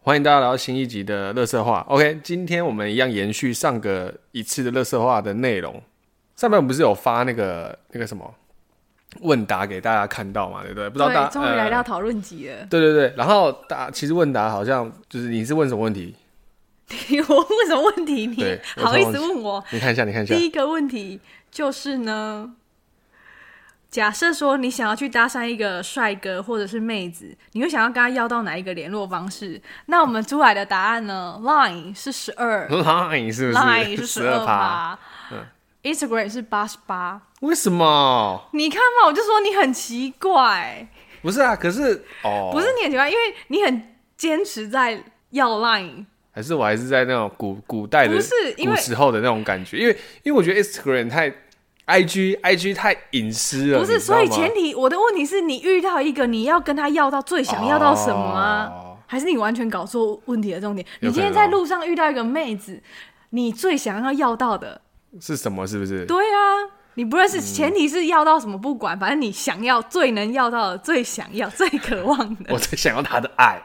欢迎大家来到新一集的垃圾话。OK， 今天我们一样延续上个一次的垃圾话的内容。上面我们不是有发那个什么问答给大家看到嘛，对不对？不知道大家终于来到讨论集了。 对对对，然后其实问答好像就是你是问什么问题？ 我问什么问题？你好意思问我？ 你看一下。 第一个问题就是呢，假设说你想要去搭讪一个帅哥或者是妹子，你会想要跟他要到哪一个联络方式？那我们出来的答案呢 ？Line 是12 ，Line 是不是 ？Line 是12%， Instagram 是88%。 为什么？ 你看嘛，我就说你很奇怪。 不是啊，可是不是你很奇怪，因为你很坚持在要 Line。 还是我还是在那种古代的不是因为古时候的那种感觉，因为我觉得 Instagram 太 IG 太隐私了， 不是，所以前提我的问题是你遇到一个你要跟他要到最想要到什么啊？还是你完全搞错问题的重点？你今天在路上遇到一个妹子，你最想要到的是什么？是不是？ 对啊，你不认识，前提是要到什么不管，反正你想要最能要到的、最想要、最渴望的。 我最想要他的爱。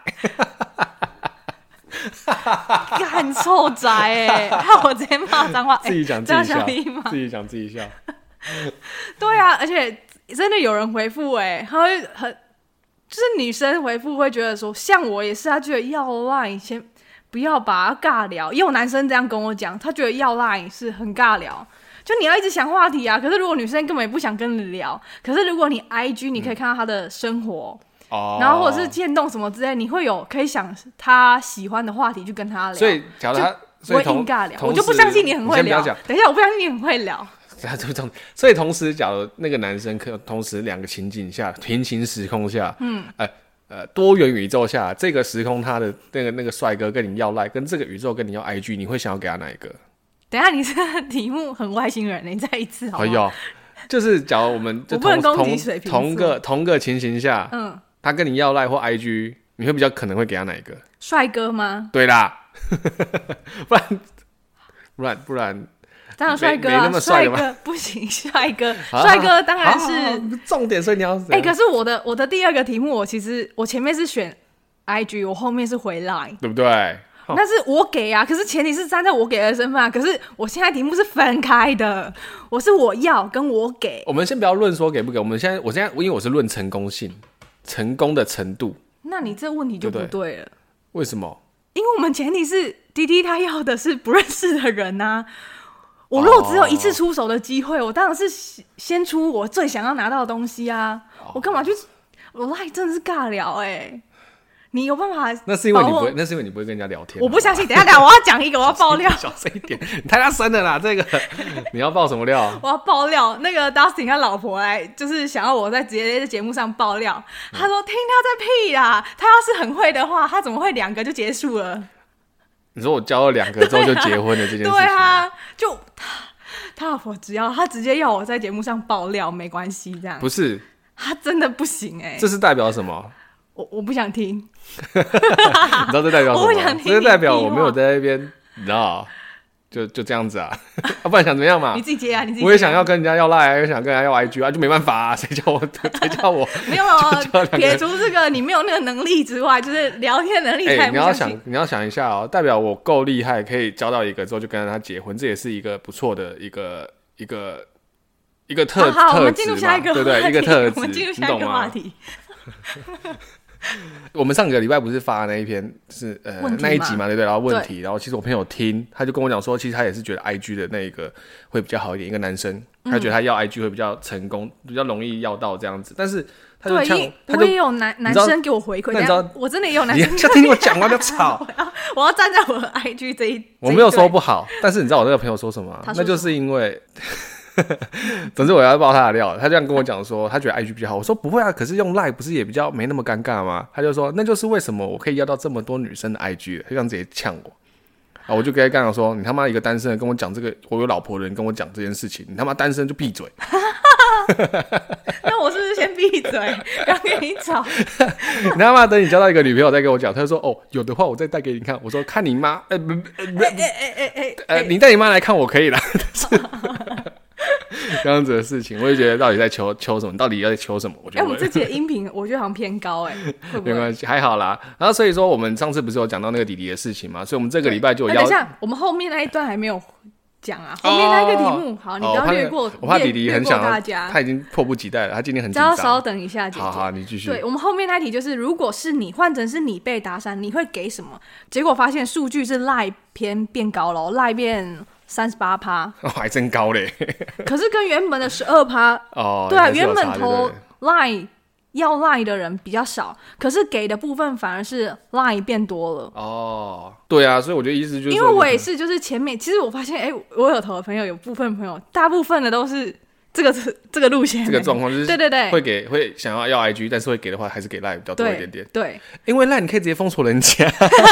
干臭宅哎！害我直接骂脏话， 自己讲自己笑， 自己讲自己笑。 对啊，而且真的有人回复哎，他会就是女生回复会觉得说，像我也是，他觉得要 Line 先不要把它尬聊，也有男生这样跟我讲，他觉得要 Line 是很尬聊，就你要一直想话题啊。可是如果女生根本也不想跟你聊，可是如果你 IG 你可以看到他的生活。然后或者是渐动什么之类，你会有可以想他喜欢的话题去跟他聊， 所以假如他不会硬尬聊，我就不相信你很会聊。等一下，我不相信你很会聊。 所以同时，假如那个男生可同时两个情景下、平行时空下，多元宇宙下，这个时空他的那个帅哥跟你要赖，跟这个宇宙跟你要 IG， 你会想要给他哪一个？ 等一下，你这个题目很外星人，你再一次好不好？ 哎呦，就是假如我们就我不能攻击水瓶座， 同个情形下，他跟你要赖或 IG， 你会比较可能会给他哪一个？ 帅哥吗？ 对啦，不然， 当然帅哥啊， 没那么帅吗？ 帅哥不行，帅哥当然是重点，所以你要可是我的第二个题目，我前面是选 IG， 我后面是回 Line， 对不对？ 但是我给啊，可是前提是站在我给的身份啊。可是我现在题目是分开的，我要跟我给。 我们先不要论说给不给，我现在因为我是论成功性。成功的程度， 那你这问题就不对了。 为什么？ 因为我们前提是滴滴他要的是不认识的人啊。我如果只有一次出手的机会，我当然是先出我最想要拿到的东西啊。我干嘛去？我 Line 真的是尬聊哎。你有办法？ 那是因为你不会，那是因为你不会跟人家聊天。 我不相信。等一下，我要讲一个，我要爆料。 小声一点，你太大声了啦！这个你要爆什么料？ 我要爆料，那个 Dustin 他老婆来，就是想要我直接在节目上爆料。他说：“听他在屁啦，他要是很会的话，他怎么会2个就结束了？” 你说我交了2个之后就结婚了这件事情？ 对啊，就他老婆他直接要我在节目上爆料，没关系这样。 不是， 他真的不行哎。 这是代表什么？ 我不想听。 你知道这代表什么？ 我不想听。 这代表我没有在那边，你知道，就这样子啊。不然想怎么样嘛？ 你自己接啊，你自己接啊。 我也想要跟人家要赖，又想跟人家要 IG 啊，就没办法啊。谁叫我？ 没有撇除这个你没有那个能力之外，就是聊天能力太不相信。 你要想一下哦，代表我够厉害，可以交到一个之后就跟他结婚，这也是一个不错的一个特质。 好，我们进入下一个话题， 对不对？一个特质， 我们进入下一个话题。 我们上个礼拜不是发那一篇是那一集嘛，对不对？然后问题，然后其实我朋友听，他就跟我讲说，其实他也是觉得 IG 的那一个会比较好一点，一个男生，他觉得他要 IG 会比较成功，比较容易要到这样子。但是他就我也有男生给我回馈， 你知道我真的也有男生。 你要听我讲话就吵， 我要站在我的 IG 这一。 我没有说不好，但是你知道我那个朋友说什么吗？那就是因为。总之我要爆他的料，他这样跟我讲说他觉得 IG 比较好，我说不会啊，可是用 Line 不是也比较没那么尴尬吗？他就说那就是为什么我可以要到这么多女生的 IG 了，他这样直接呛我啊！我就跟他讲说，你他妈一个单身的跟我讲这个，我有老婆的人跟我讲这件事情，你他妈单身就闭嘴。 那我是不是先闭嘴，刚跟你吵？ 你他妈等你交到一个女朋友再跟我讲，他就说哦，有的话我再带给你看。我说看你妈，你带你妈来看我可以啦。 这样子的事情，我就觉得到底在求什么，到底要在求什么？我觉得我们这集的音频我觉得好像偏高会不会？ 没关系，还好啦。然后所以说我们上次不是有讲到那个弟弟的事情嘛，所以我们这个礼拜就有等一下，我们后面那一段还没有讲啊，后面那个题目，好，你不要略过， 我怕弟弟很想大家， 他已经迫不及待了，他今天很紧张。 只要稍等一下，姐姐。 好，你继续。 对，我们后面那题就是，如果是你换成是你被搭讪，你会给什么？结果发现数据是赖偏变高了，赖变38%， 还真高嘞。 可是跟原本的12%，对啊，原本投赖要 line 的人比较少，可是给的部分反而是 line 变多了。 对啊，所以我觉得意思就是因为我也是，就是前面其实我发现，我有投的朋友，有部分朋友，大部分的都是这个路线， 这个状况就是对， 会想要 IG， 但是会给的话还是给 line 比较多一点点。 对， 因为 line 你可以直接封锁人家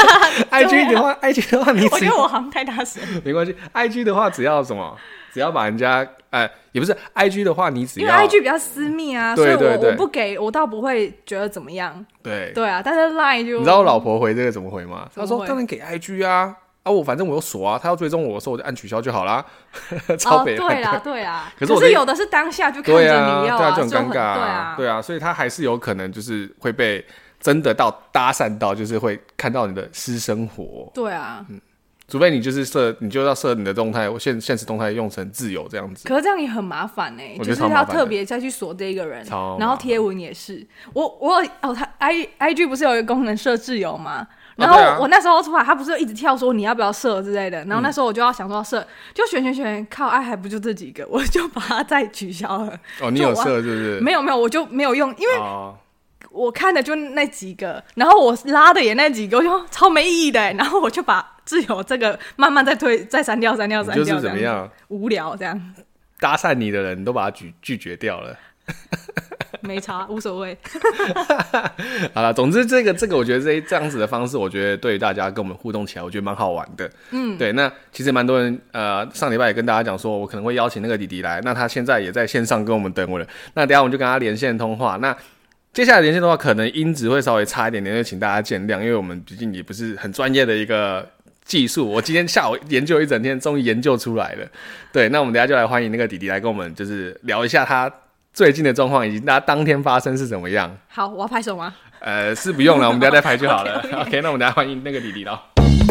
，IG 的话你我觉得我好像太大声， 没关系。IG 的话只要什么？只要把人家也不是 IG 的话，你只要因为 IG 比较私密啊， 对所以我不给我倒不会觉得怎么样。对啊，但是 Line 就你知道我老婆回这个怎么回吗？她说当然给 IG 啊，我反正我有锁啊，她要追踪我的时候我就按取消就好啦。超北烂对啦。可是有的是当下就看着你要对啊，就很尴尬对啊，所以他还是有可能就是会被真的搭讪到，就是会看到你的私生活。 对啊， 除非你就要设你的动态现实动态用成自由这样子。 可是这样也很麻烦就是要特别再去锁这个人，然后贴文也是。他 IG 不是有一个功能设自由吗？然后我那时候出来，他不是一直跳说你要不要设之类的，然后那时候我就要想说设，就选，靠，还不就这几个，我就把它再取消了。 你有设是不是？ 没有，我就没有用，因为我看的就那几个，然后我拉的也那几个，我就超没意义的，然后我就把自由这个慢慢再删掉， 就是怎么样无聊这样。 搭讪你的人都把它拒绝掉了。 没差，无所谓。 好了，总之这个我觉得这样子的方式，我觉得对于大家跟我们互动起来，我觉得蛮好玩的。对。那其实蛮多人上礼拜也跟大家讲说，我可能会邀请那个弟弟来，那他现在也在线上跟我们等我了。那等一下我们就跟他连线通话。那接下来连线的话，可能音质会稍微差一点点，就请大家见谅，因为我们毕竟也不是很专业的一个技术。我今天下午研究一整天，终于研究出来了。对，那我们等一下就来欢迎那个弟弟来跟我们就是聊一下他最近的状况，以及他当天发生是怎么样。 好，我要拍手吗？ 是不用了，我们等一下再拍就好了。OK， 那我们等一下欢迎那个弟弟咯。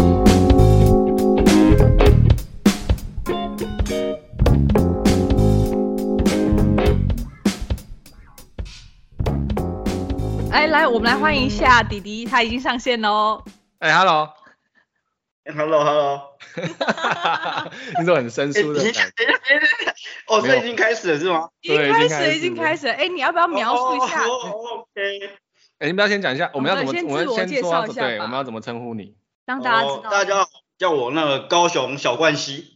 来，我们来欢迎一下弟弟，他已经上线喽。 Hello。你怎么很生疏的？ 所以已经开始了是吗？ 已经开始了。你要不要描述一下 ？OK。 你不要先讲一下，我们要怎么？ 我们先介绍一下， 对，我们要怎么称呼你？ 让大家知道。 大家叫我那个高雄小冠希。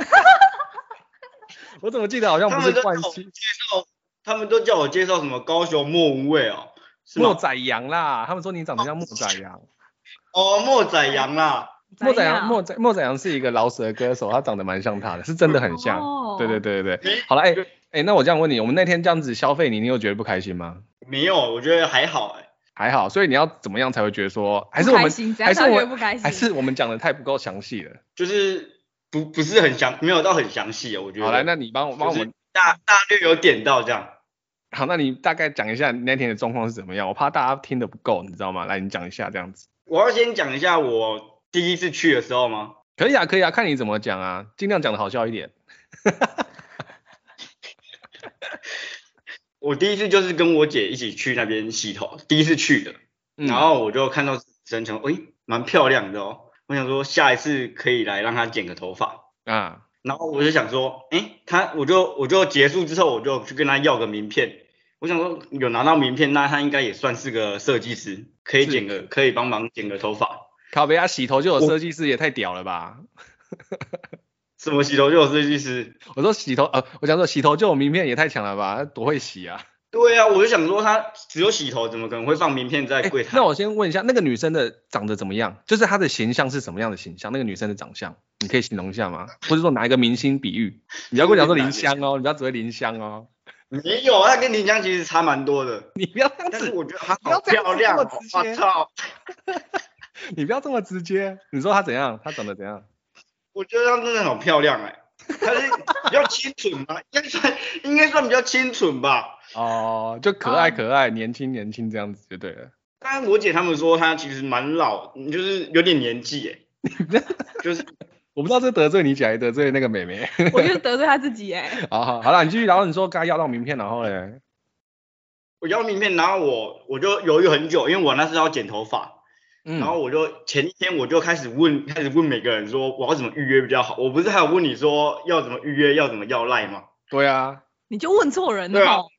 我怎么记得好像不是冠希？ 他们都叫我介绍什么高雄莫文蔚哦。 莫宰阳啦，他们说你长得像莫宰阳。 莫宰阳啦。 莫宰阳是一个饶舌歌手，他长得蛮像他的，是真的很像。对。好了，那我这样问你，我们那天这样子消费你有觉得不开心吗？ 没有，我觉得还好还好，所以你要怎么样才会觉得说，还是我们讲的太不够详细了？ 就是不是很详，没有到很详细我觉得。 好来，那你帮我们大略有点到这样。 好，那你大概讲一下你那天的状况是怎么样？我怕大家听得不够，你知道吗？来，你讲一下这样子。 我要先讲一下我第一次去的时候吗？ 可以啊，看你怎么讲啊，尽量讲的好笑一点。 我第一次就是跟我姐一起去那边洗头，第一次去的，然后我就看到真成，蛮漂亮的哦。我想说下一次可以来让她剪个头发啊。然后我就想说，我就结束之后，我就去跟她要个名片。我想说有拿到名片，那她应该也算是个设计师，可以帮忙剪个头发。 靠北，洗头就有设计师，也太屌了吧！ 什么洗头就有设计师？ 我说洗头，我想说洗头就有名片，也太强了吧！多会洗啊！ 对啊，我就想说他只有洗头，怎么可能会放名片在柜台？ 那我先问一下，那个女生的长得怎么样？就是她的形象是什么样的形象？那个女生的长相，你可以形容一下吗？或者说拿一个明星比喻？你不要跟我讲说林香哦，你不要只会林香哦。 没有，她跟林香其实差蛮多的。 你不要这样子， 但是我觉得她好漂亮，我操！ 你不要这么直接，你说她怎样？她长得怎样？ 我觉得她真的好漂亮他是比较清纯吧，应该算比较清纯吧。 哦，就可爱，年轻这样子就对了。 当然我姐他们说他其实蛮老，就是有点年纪就是我不知道这得罪你姐还是得罪那个妹妹。 我就得罪他自己好了，你继续。然后你说刚要到名片，然后呢？ 我要名片，然后我就犹豫很久，因为我那时候要剪头发。然后我就前一天我就开始问每个人说我要怎么预约比较好。我不是还有问你说要怎么预约，要怎么要赖吗？ 对啊， 你就问错人了。 对啊。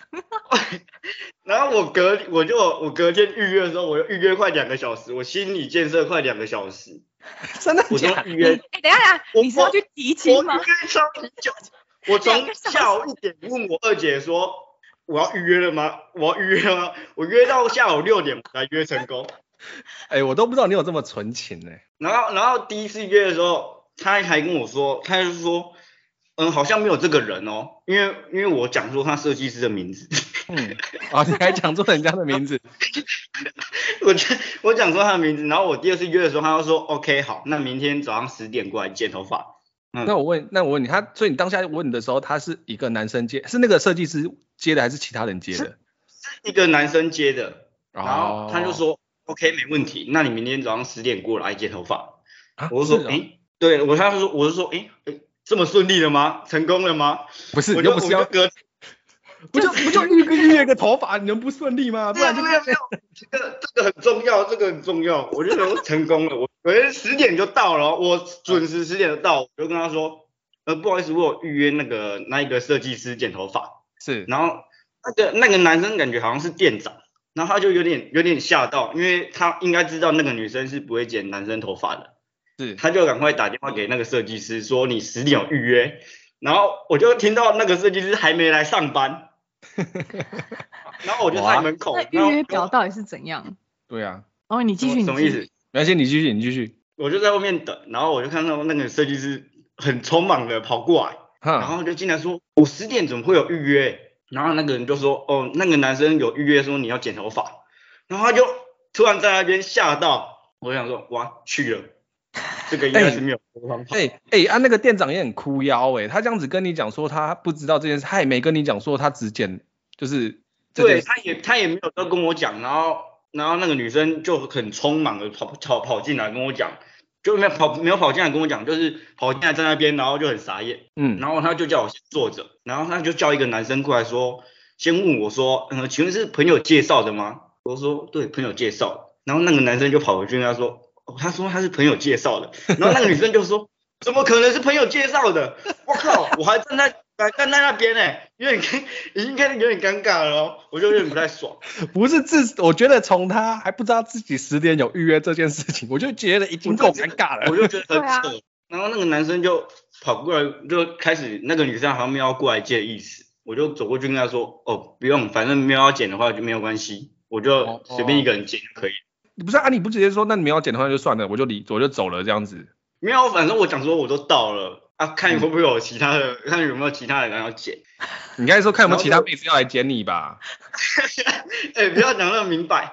然后我隔天预约的时候，我就预约快2个小时，我心理建设快2个小时。 真的假的？ 预约。 等一下，你是要去提亲吗？ 我预约超级久，我从下午1点问我二姐说我要预约了吗？我约到下午6点才约成功。 我都不知道你有这么纯情然后第一次约的时候，他还跟我说，他就说，好像没有这个人哦，因为我讲说他设计师的名字。 你还讲错人家的名字。 我讲说他的名字，然后我第2次约的时候，他就说 OK 好，那明天早上10点过来剪头发。 那我问你，所以你当下问的时候，他是一个男生接，是那个设计师接的，还是其他人接的？ 是一个男生接的，然后他就说 OK 没问题，那你明天早上10点过来剪头发。我就说对，我就说这么顺利了吗？成功了吗？ 不是，你又不是要不就预约个头发，你能不顺利吗？不然就没有，这个很重要，我就说成功了。我10点就到了，我准时10点就到，我就跟他说，不好意思，我有预约那一个设计师剪头发。 是， 然后那个男生感觉好像是店长，然后他就有点吓到，因为他应该知道那个女生是不会剪男生头发的， 是， 他就赶快打电话给那个设计师说你10点有预约，然后我就听到那个设计师还没来上班。然后我就在门口。 那预约表到底是怎样？ 对啊。 你继续。 什么意思？ 没关系，你继续。 我就在外面等，然后我就看到那个设计师很匆忙的跑过来，然后就进来说：“我10点怎么会有预约？”然后那个人就说：“哦，那个男生有预约说你要剪头发。”然后他就突然在那边吓到，我想说：“哇，去了。”这个应该是没有方法。 那个店长也很哭腰他这样子跟你讲说他不知道这件事，他也没跟你讲说他只剪就是对，他也没有都跟我讲，然后那个女生就很匆忙的跑进来跟我讲，就没有跑进来跟我讲，就是跑进来在那边，然后就很傻眼，然后他就叫我先坐着，然后他就叫一个男生过来说，先问我说，请问是朋友介绍的吗？我说对，朋友介绍。然后那个男生就跑回去跟他说。他说他是朋友介绍的，然后那个女生就说怎么可能是朋友介绍的？我靠，我还站在那边已经有点尴尬了我就有点不太爽。 不是我觉得从他还不知道自己10点有预约这件事情，我就觉得已经够尴尬了。 我就觉得很扯。然后那个男生就跑过来，就开始那个女生好像没有要过来接的意思，我就走过去跟他说不用，反正没有要剪的话就没有关系，我就随便一个人剪就可以。 不是你不直接说，那你没有剪的话就算了，我就走了这样子。 没有，反正我讲说我都到了看会不会有其他的，看有没有其他人要剪。 你刚才说看有没有其他妹子要来剪你吧？ 不要讲那么明白。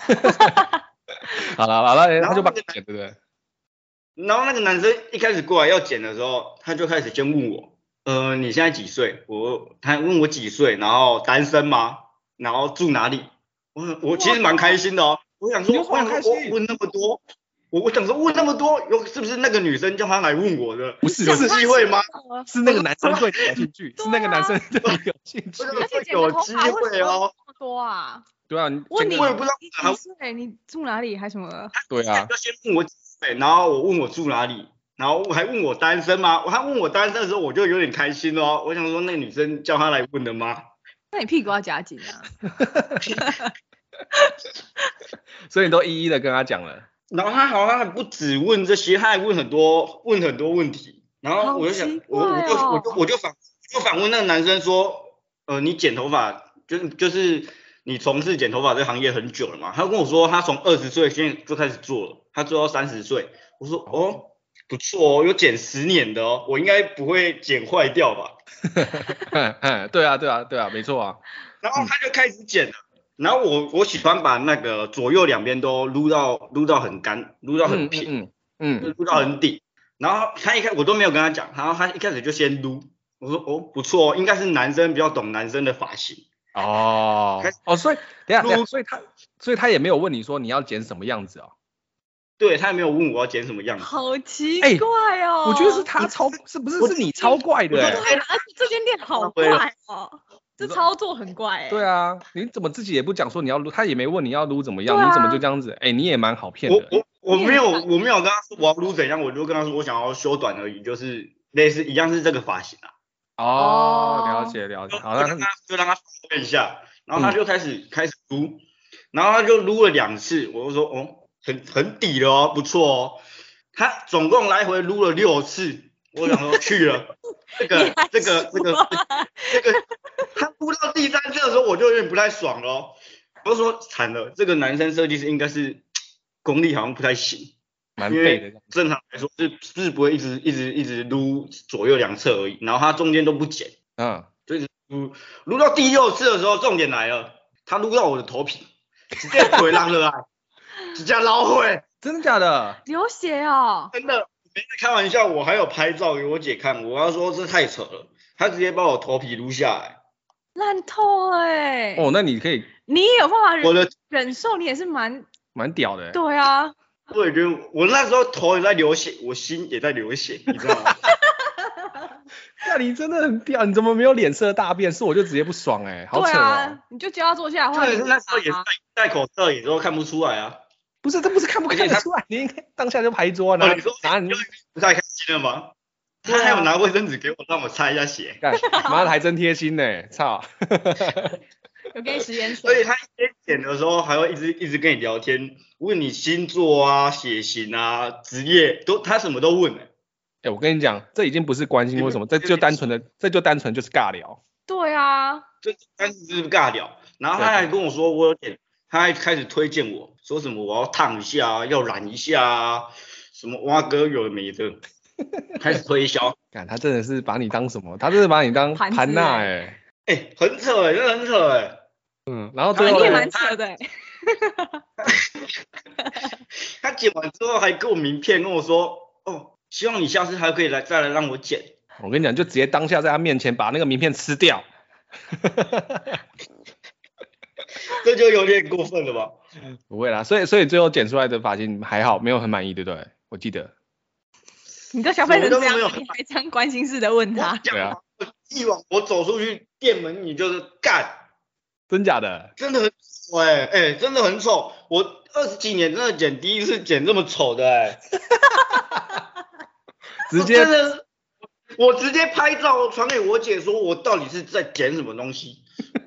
好了，他就帮你剪，对不对？ 然后那个男生一开始过来要剪的时候，他就开始先问我，你现在几岁？他问我几岁，然后单身吗？然后住哪里？我其实蛮开心的我想说我问那么多，我想说问那么多，是不是那个女生叫他来问我的？ 不是， 有机会吗？ 是那个男生对你有兴趣，是那个男生对你有兴趣。 有机会这么多啊？ 对啊， 问你我也不知道你几岁，你住哪里还什么？ 对啊， 要先问我几岁，然后我问我住哪里，然后我还问我单身吗？他问我单身的时候，我就有点开心我想说那个女生叫他来问的吗？ 那你屁股要夹紧啊！ 所以你都一一的跟他讲了， 然后他好像还不止问这些，他还问很多问题，然后我就想，我就反问那个男生说，你剪头发就是你从事剪头发这个行业很久了嘛？他跟我说他从20岁现在就开始做了，他做到30岁。我说不错有剪10年的我应该不会剪坏掉吧？ 对啊，没错啊。 然后他就开始剪了。然后我喜欢把那个左右两边都撸到很干，撸到很平，撸到很顶。 然后我都没有跟他讲，然后他一开始就先撸，我说哦不错哦，应该是男生比较懂男生的发型。 所以等一下，所以他也没有问你说你要剪什么样子哦。 对，他也没有问我要剪什么样子。 好奇怪哦。 我觉得是他是不是你超怪的？ 对，而且这间店好怪哦。这操作很怪对啊，你怎么自己也不讲说你要撸，他也没问你要撸怎么样，你怎么就这样子？你也蛮好骗的。 我没有跟他说我要撸怎样，我就跟他说我想要修短而已，就是类似一样是这个发型啊。 了解。好， 就让他练一下，然后他就开始撸，然后他就撸了2次，我就说哦，很底了哦，不错哦。他总共来回撸了6次，我想说去了。这个，他撸到第3次的时候，我就有点不太爽了哦。我就说惨了，这个男生设计师应该是功力好像不太行， 蛮废的。 正常来说是不会一直撸左右2侧而已，然后他中间都不剪，就一直撸到第6次的时候，重点来了，他撸到我的头皮，直接腿浪了啊，直接捞回， 真的假的？ 流血哦， 真的。没在开玩笑，我还有拍照给我姐看，我要说这太扯了，他直接把我头皮撸下来， 烂透了那你可以， 你也有办法忍受，你也是蛮屌的。 对啊， 我也觉得我那时候头也在流血，我心也在流血，你知道吗？ 那你真的很屌，你怎么没有脸色大变？是我就直接不爽好扯你就叫他坐下来。 对，那时候也是戴口罩，也都看不出来啊。 不是，这不是看不看得出来，你应该当下就拍桌呢。 你说你不太开心了吗？他还有拿卫生纸给我，让我擦一下血。 妈的，还真贴心呢，操！ 有给你食盐水。 所以他一边剪的时候，还会一直跟你聊天，问你星座啊、血型啊、职业，他什么都问。 我跟你讲，这已经不是关心或什么，这就单纯就是尬聊。 对啊， 这单纯就是尬聊。然后他还跟我说我有点。他还开始推荐我说什么我要烫一下，要染一下什么蛙哥有的没的，开始推销。 他真的是把你当什么？他真的把你当潘娜很扯真的很扯然后最后你也蛮扯的他剪完之后还给我名片，跟我说哦，希望你下次还可以再来让我剪。 我跟你讲，就直接当下在他面前把那个名片吃掉。 这就有点过分了吧？ 不会啦，所以最后剪出来的发型还好，没有很满意，对不对？我记得。 你都消费成这样，你还这样关心似的问他？ 对啊。 以往我走出去店门，你就是干。 真假的？ 真的很丑真的很丑。我20几年真的剪第一次剪这么丑的直接我直接拍照传给我姐，说我到底是在剪什么东西。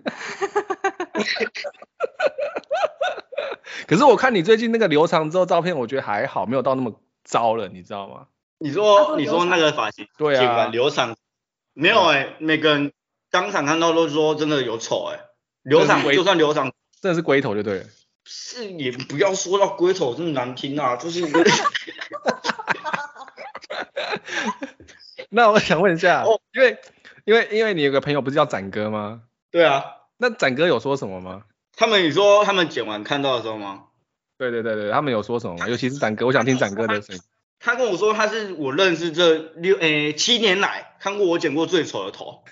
可是我看你最近那个留长之后照片，我觉得还好，没有到那么糟了，你知道吗？ 你说那个发型， 对啊， 剪完留长没有每个人当场看到都说真的有丑留长就算留长， 真的是龟头就对了。 是也不要说到龟头这么难听啊，就是。 那我想问一下，因为你有个朋友不是叫展哥吗？ 对啊。 那展哥有说什么吗？ 你说他们剪完看到的时候吗？ 对，他们有说什么吗？尤其是展哥，我想听展哥的声音。 他跟我说他是我认识这7年来看过我剪过最丑的头。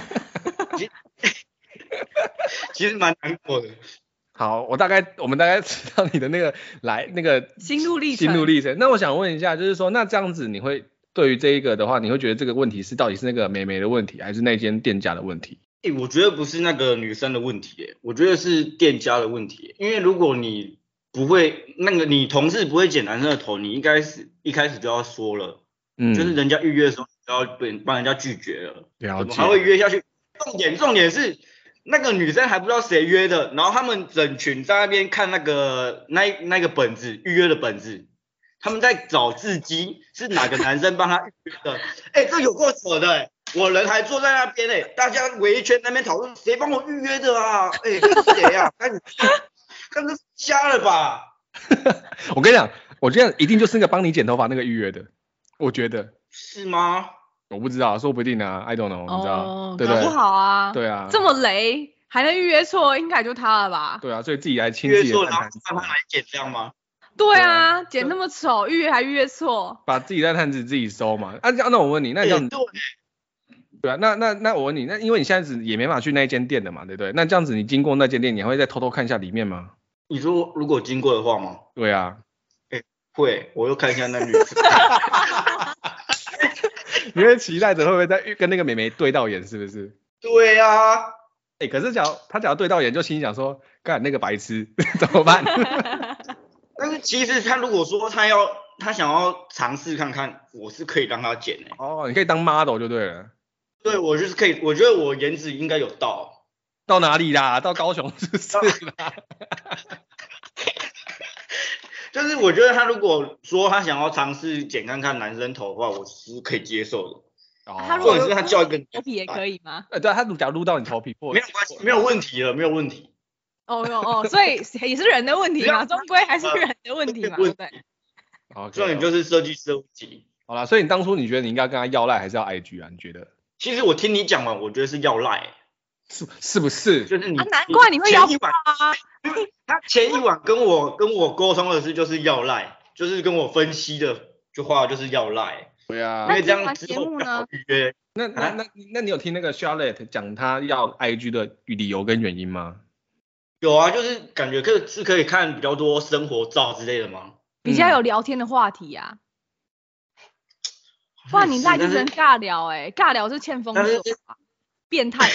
其实蛮难过的。 好，我们大概知道你的那个心路历程。那我想问一下，就是说，那这样子你会对于这一个的话，你会觉得这个问题到底是那个美眉的问题，还是那间店家的问题？ 我觉得不是那个女生的问题我觉得是店家的问题因为如果你不会你同事不会剪男生的头，你应该是一开始就要说了，就是人家预约的时候就要帮人家拒绝了， 了解， 还会约下去。重点是那个女生还不知道谁约的，然后他们整群在那边看那个本子，预约的本子，他们在找字迹是哪个男生帮他预约的。这有够扯的我人还坐在那边大家围一圈那边讨论谁帮我预约的啊？是谁啊？看这瞎了吧？ 我跟你讲，我觉得一定就是那个帮你剪头发那个预约的，我觉得是吗？ 我不知道，说不定啊 ，I don't know，你知道？对不对？ 搞不好啊， 对啊， 这么雷还能预约错，应该就他了吧？ 对啊，所以自己来亲自约错，然后让他来剪这样吗？ 对啊，剪那么丑，预约还预约错， 把自己的摊子自己收嘛。那我问你，那这样对啊，那我问你，那因为你现在也没法去那一间店的嘛，对不对？那这样子你经过那间店，你还会再偷偷看一下里面吗？ 你说如果经过的话吗？ 对啊。 会，我又看一下那女生。 你会期待着会不会再跟那个妹妹对到眼，是不是？ 对啊。 可是他假如对到眼，就心里想说，干那个白痴怎么办？ 但是其实他如果说他想要尝试看看，我是可以让他剪你可以当 model 就对了。 对，我就是可以，我觉得我颜值应该有到。 到哪里啦？到高雄是不是啦？ 就是我觉得他如果说他想要尝试剪看看男生头的话，我是可以接受的。 他如果是他叫一个头皮也可以吗？ 对啊，他假如撸到你头皮破， 没有关系，没有问题了，没有问题。 所以也是人的问题嘛，终归还是人的问题嘛，对不对？ 重点就是设计师的问题。 好啦，所以你当初你觉得你应该跟他要赖还是要 IG 啊？你觉得？ 其实我听你讲完，我觉得是要赖。 是不是？ 就是你难怪你会要赖啊！ 他前一晚跟我沟通的是就是要赖，就是跟我分析的话就是要赖。 对啊， 因为这样之后比较好预约。 那你有听那个 Charlotte 讲他要 IG 的理由跟原因吗？ 有啊，就是感觉是可以看比较多生活照之类的吗？ 比较有聊天的话题啊。不然你赖就只能尬聊尬聊是欠封锁变态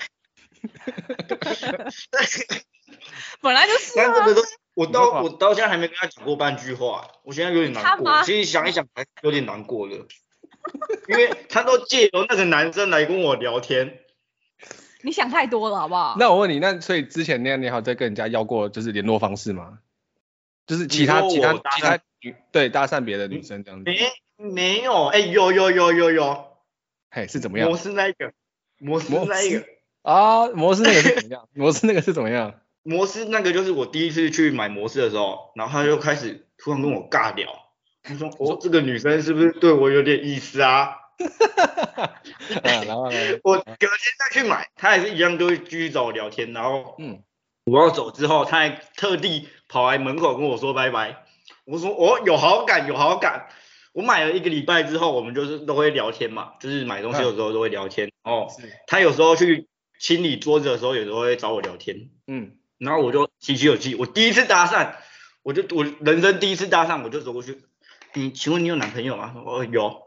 本来就是啊。 我到现在还没跟他讲过半句话，我现在有点难过。其实想一想还有点难过的，因为他都借由那个男生来跟我聊天。 你想太多了好不好？ 那我问你，那所以之前那样你还有再跟人家要过就是联络方式吗？就是其他对搭讪别的女生这样子？ 没有，有。 是怎么样？ 摩斯那一个啊，摩斯那个是怎么样？摩斯那个是怎么样？ 摩斯那个就是我第一次去买摩斯的时候，然后他就开始突然跟我尬聊，他说这个女生是不是对我有点意思啊？ 然后呢？ 我隔天再去买，他还是一样都会继续找我聊天，然后我要走之后，他还特地跑来门口跟我说拜拜。我说有好感。我买了1个礼拜之后，我们就是都会聊天嘛，就是买东西的时候都会聊天。他有时候去清理桌子的时候，有时候会找我聊天。然后我就喜极有气，我第一次搭讪，我人生第一次搭讪，我就走过去，请问你有男朋友吗？我有。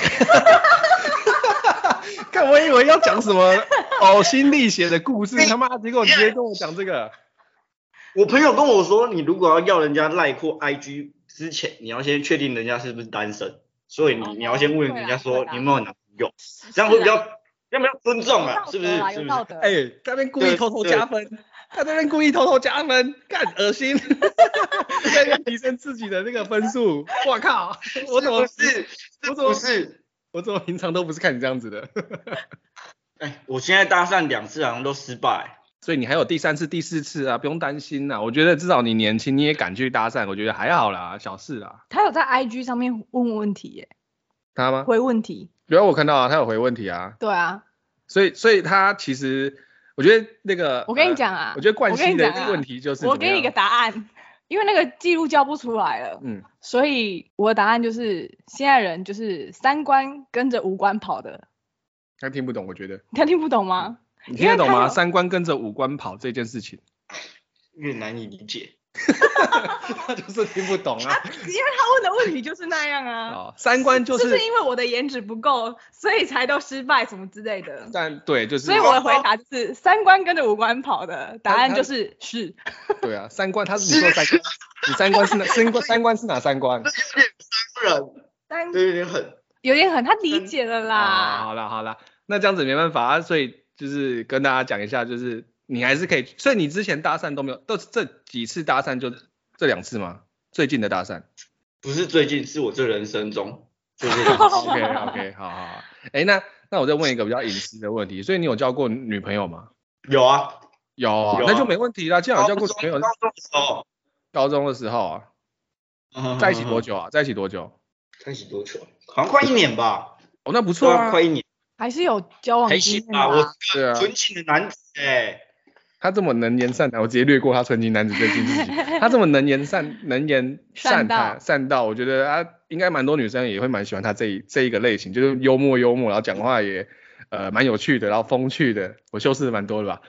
看我以为要讲什么呕心沥血的故事，他妈结果直接跟我讲这个。 我朋友跟我说，你如果要人家赖或 IG 之前，你要先确定人家是不是单身，所以你要先问人家说你有没有男朋友，这样会比较尊重啊，是不是？ 有道德。 在那边故意偷偷加分，他在那边故意偷偷加分，干恶心，在那边提升自己的那个分数。我靠，我怎么平常都不是看你这样子的。 我现在搭讪2次好像都失败。 所以你还有第3次、第4次啊，不用担心啦。我觉得至少你年轻，你也敢去搭讪，我觉得还好啦，小事啦。 他有在 IG 上面问问题耶。 他吗？ 回问题。 有我看到啊，他有回问题啊。 对啊。 所以他其实，我觉得那个， 我跟你讲啊， 我觉得冠希的问题就是， 我给你一个答案，因为那个记录交不出来了，所以我的答案就是现在人就是3观跟着5官跑的。 他听不懂，我觉得。 他听不懂吗？ 你听得懂吗？3观跟着5官跑这件事情， 越难以理解。 他就是听不懂啊， 因为他问的问题就是那样啊。 3观就是因为我的颜值不够，所以才都失败什么之类的。 但对，就是。 所以我的回答就是3观跟着5官跑的，答案就是是。 对啊，3观，你说3观，你3观是哪3观是哪3观？ 有点狠， 他理解了啦。 好啦，那这样子没办法啊，所以就是跟大家讲一下，就是你还是可以，所以你之前搭讪都没有，都这几次搭讪就这2次吗？最近的搭讪？ 不是最近，是我这人生中就是。 OK， 好。那我再问一个比较隐私的问题，所以你有交过女朋友吗？ 有啊， 那就没问题啦。既然有交过女朋友，高中的时候啊，在一起多久啊？在一起多久？ 好像快1年吧。 那不错啊， 快1年。 还是有交往经验吧？我纯情的男子他这么能言善谈，我直接略过他纯情男子这件事情。他这么能言善谈善道，我觉得他应该蛮多女生也会蛮喜欢他这一个类型，就是幽默，然后讲话也蛮有趣的，然后风趣的。我修饰的蛮多的吧？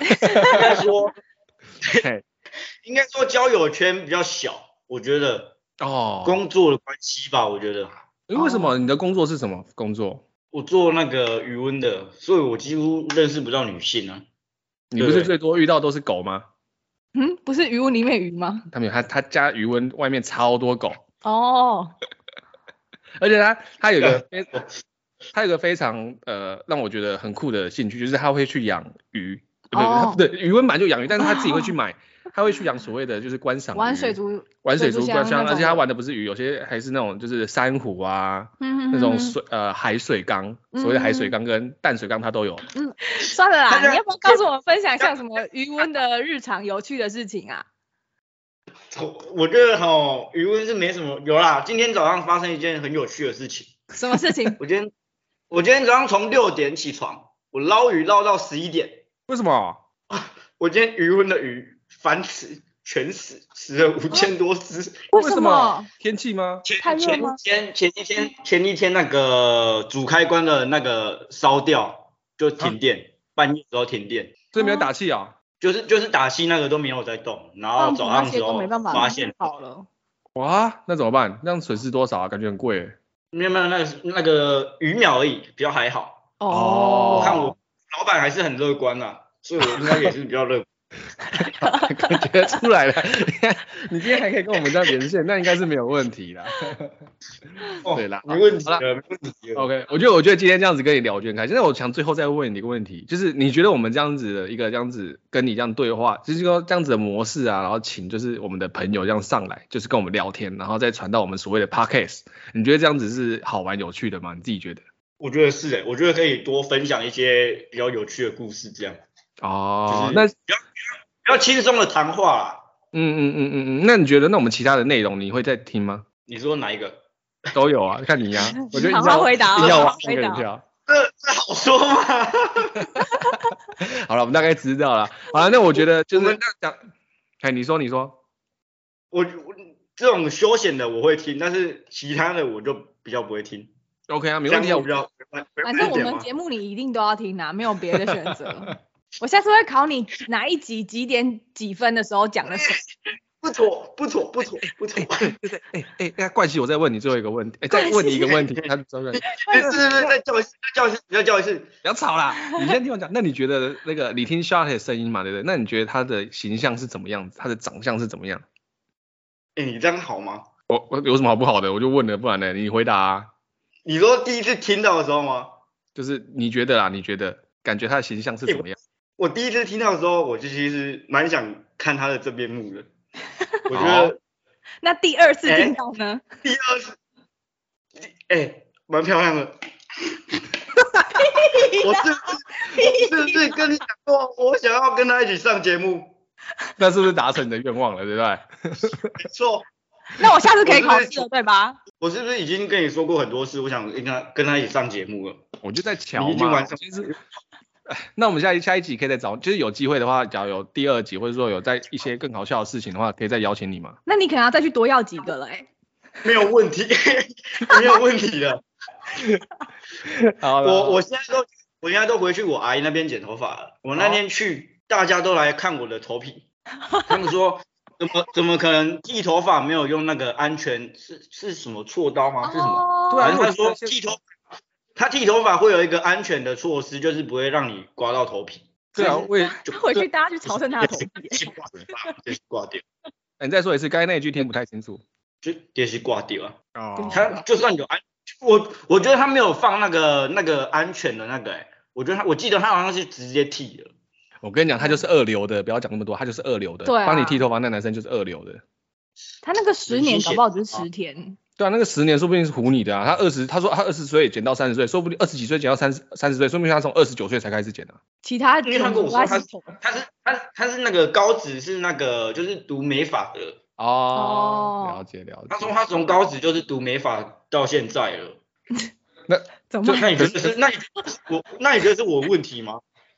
应该说交友圈比较小，我觉得工作的关系吧，我觉得。 为什么？你的工作是什么工作？ 我做那个渔温的，所以我几乎认识不到女性啊。 你不是最多遇到都是狗吗？ 不是渔温里面鱼吗？ 他家渔温外面超多狗。而且他有个非常让我觉得很酷的兴趣，就是他会去养鱼。对，渔温版就养鱼，但是他自己会去买。他会去养所谓的就是观赏鱼， 玩水族箱，而且他玩的不是鱼，有些还是那种就是珊瑚啊，那种海水缸，所谓的海水缸跟淡水缸他都有。 算了啦，你要不要告诉我们分享一下什么渔温的日常有趣的事情啊？ 我觉得渔温是没什么，有啦，今天早上发生一件很有趣的事情。 什么事情？ 我今天早上从6点起床，我捞鱼捞到11点。 为什么？ 我今天渔温的鱼繁殖全死了5000多只。 为什么？ 天气吗？ 前一天那个主开关的那个烧掉就停电，半夜时候停电。 所以没有打气啊？ 就是打气那个都没有在动，然后早上时候发现好了。 哇，那怎么办？那样损失多少啊？感觉很贵。 没有那个鱼苗而已，比较还好。 我看我老板还是很乐观啦，所以我应该也是比较乐观。 感觉出来了，你今天还可以跟我们这样连线，那应该是没有问题啦。对啦， 没问题了，没问题了。 OK， 我觉得今天这样子跟你聊，我觉得很开心。那我想最后再问你一个问题，就是你觉得我们这样子的一个这样子跟你这样对话，就是说这样子的模式啊，然后请就是我们的朋友这样上来，就是跟我们聊天，然后再传到我们所谓的 podcast， 你觉得这样子是好玩有趣的吗？你自己觉得？ 我觉得是我觉得可以多分享一些比较有趣的故事，这样。 那比较轻松的谈话啦。 那你觉得那我们其他的内容你会再听吗？ 你说哪一个？ 都有啊，看你呀。我觉得好好回答， 要往那个人跳。 这好说吗？ 好了，我们大概知道了。好了，那我觉得就是讲，你说。 我这种休闲的我会听，但是其他的我就比较不会听。 OK 啊，没问题啊。 反正我们节目你一定都要听啊，没有别的选择。我下次会考你哪一集几点几分的时候讲的什么。 不错。 冠希，我再问你最后一个问题，再问你一个问题，他再叫一次， 不要吵啦，你先听我讲。那你觉得那个你听 Shot 的声音嘛，对不对？那你觉得他的形象是怎么样子？他的长相是怎么样？ 你这样好吗？ 我有什么好不好的？我就问了，不然呢？你回答啊。 你说第一次听到的时候吗？ 就是你觉得感觉他的形象是怎么样？ 我第一次听到的时候，我就其实蛮想看他的真面目的。我觉得。 那第二次听到呢？ 第二次，蛮漂亮的。我是不是跟你讲过，我想要跟他一起上节目？ 那是不是达成你的愿望了，对不对？ 没错。 那我下次可以考试了，对吧？ 我是不是已经跟你说过很多次，我想跟他一起上节目了？ 我就在瞧嘛。 你已经完成。 那我们下一集可以再找，就是有机会的话，假如有第二集，或者说有在一些更好笑的事情的话，可以再邀请你吗？ 那你可能要再去多要几个了没有问题，没有问题的。 好了， 我现在都回去我阿姨那边剪头发了。我那天去，大家都来看我的头皮，他们说怎么可能剃头发没有用那个安全是什么锉刀吗？是什么？ 对啊， 他说他剃头发会有一个安全的措施，就是不会让你刮到头皮。 对啊， 回去大家去朝圣他的头皮。 就是挂掉。 你再说一次，刚才那一句听不太清楚。 就是挂掉啊。 他就算有我觉得他没有放那个安全的那个我记得他好像是直接剃的。 我跟你讲，他就是二流的，不要讲那么多，他就是二流的。 对啊。 帮你剃头发那男生就是二流的。 他那个10年搞不好只是10天。 对啊，那个10年说不定是唬你的啊。他说他20岁剪到30岁，说不定20几岁剪到30岁，说不定他从29岁才开始剪啊。 其他因为他跟我说他是那个高职是那个就是读美发的。 了解。 他说他从高职就是读美发到现在了。 那你觉得是我问题吗？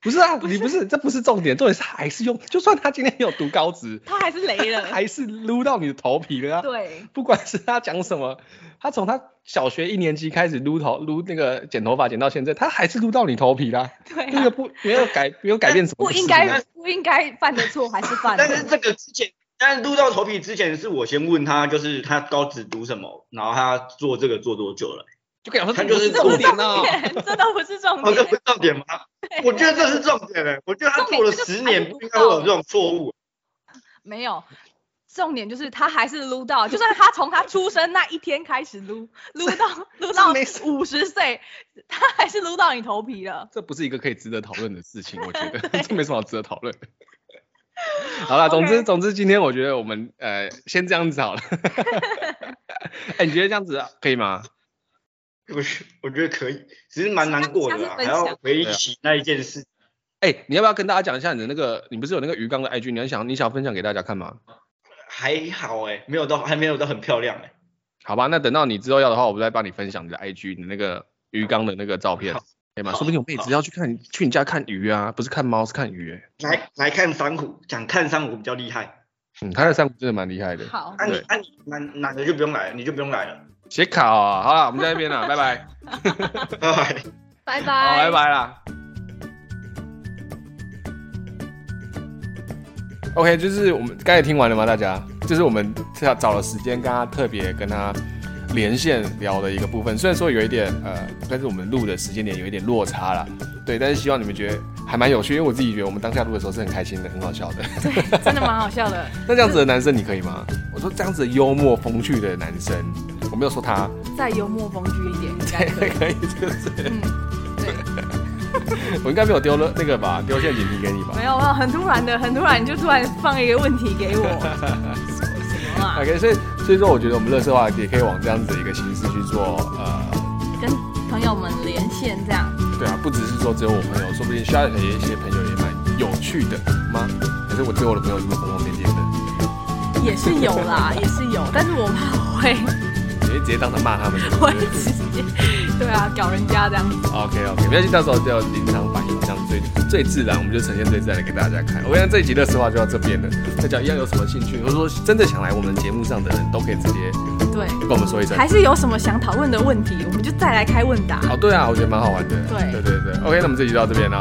不是啊，你不是，这不是重点，重点是还是用，就算他今天有读高职， 他还是雷了， 还是撸到你的头皮了啊。 对， 不管是他讲什么，他从他小学1年级开始撸那个剪头发剪到现在，他还是撸到你头皮啦。 对、啊， 这个没有改变什么。 不应该犯的错还是犯的。 但是这个之前，但撸到头皮之前是我先问他，就是他高职读什么，然后他做这个做多久了。 就跟你说， 他就是重点哦，这都不是重点。 这不是重点吗？我觉得这是重点我觉得他做了10年，不应该会有这种错误。 没有，重点就是他还是撸到，就算他从他出生那一天开始撸到50岁，他还是撸到你头皮了。 这不是一个可以值得讨论的事情，我觉得这没什么好值得讨论的。好了，总之今天我觉得我们先这样子好了。你觉得这样子可以吗？ 我觉得可以，只是蛮难过的还要回忆起那一件事。 你要不要跟大家讲一下你的那个，你不是有那个鱼缸的 IG， 你想分享给大家看吗？ 还好还没有到很漂亮好吧，那等到你之后要的话，我再帮你分享你的 IG， 你的那个鱼缸的那个照片，可以吗？说不定我妹子要去你家看鱼啊，不是看猫，是看鱼来看珊瑚，讲看珊瑚比较厉害。 他的珊瑚真的蛮厉害的。 好， 你男的就不用来了，你就不用来了。 写卡哦，好了，我们在那边了，拜拜， 拜拜， 拜拜， 好，拜拜啦。OK， 就是我们刚才听完了吗？大家，就是我们找了时间跟他特别跟他连线聊的一个部分，虽然说有一点但是我们录的时间点有一点落差啦，对，但是希望你们觉得还蛮有趣，因为我自己觉得我们当下录的时候是很开心的，很好笑的， 对，真的蛮好笑的。 那这样子的男生你可以吗？我说这样子的幽默风趣的男生，我没有说他再幽默风趣一点，应该可以，这个是， 对。 我应该没有丢了那个吧，丢陷阱题给你吧？ 没有，很突然，你就突然放一个问题给我，什么啊 ？OK， 所以说，我觉得我们垃圾话也可以往这样子的一个形式去做， 跟朋友们连线这样。 对啊，不只是说只有我朋友，说不定下一些朋友也蛮有趣的吗？还是我只有我的朋友这么疯疯癫癫的？ 也是有啦，也是有，但是我怕我会。 你会直接当场骂他们， 会直接，对啊，搞人家这样子。 OK， 没关系，到时候就临场反应，这样最自然，我们就呈现最自然的给大家看。我想这一集的实话就到这边了。大家一样有什么兴趣，或者说真的想来我们节目上的人，都可以直接对跟我们说一声。 还是有什么想讨论的问题，我们就再来开问答。 对啊，我觉得蛮好玩的。 对。 OK，那我们这集就到这边了。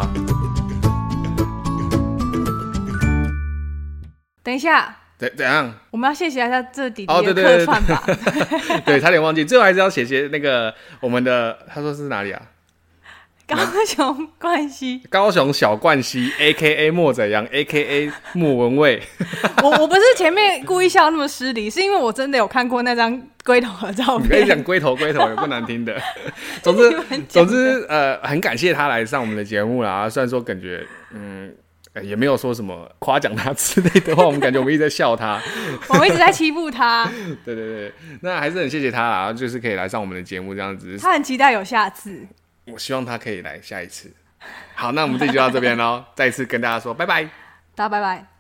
等一下。 怎样？ 我们要谢谢一下这弟弟的客串吧。 对，差点忘记，最后还是要写那个我们的，他说是哪里啊？ 高雄冠希， 高雄小冠希 ，A.K.A 莫宰阳 ，A.K.A 莫文蔚。 我不是前面故意笑那么失礼，是因为我真的有看过那张龟头的照片。 你可以讲龟头也不难听的。总之很感谢他来上我们的节目啦。虽然说感觉也没有说什么夸奖他之类的话，我们感觉我们一直在笑他， 我们一直在欺负他。 对，那还是很谢谢他啦，就是可以来上我们的节目这样子。 他很期待有下次， 我希望他可以来下一次。好，那我们这集就到这边咯，再一次跟大家说拜拜， 大家拜拜。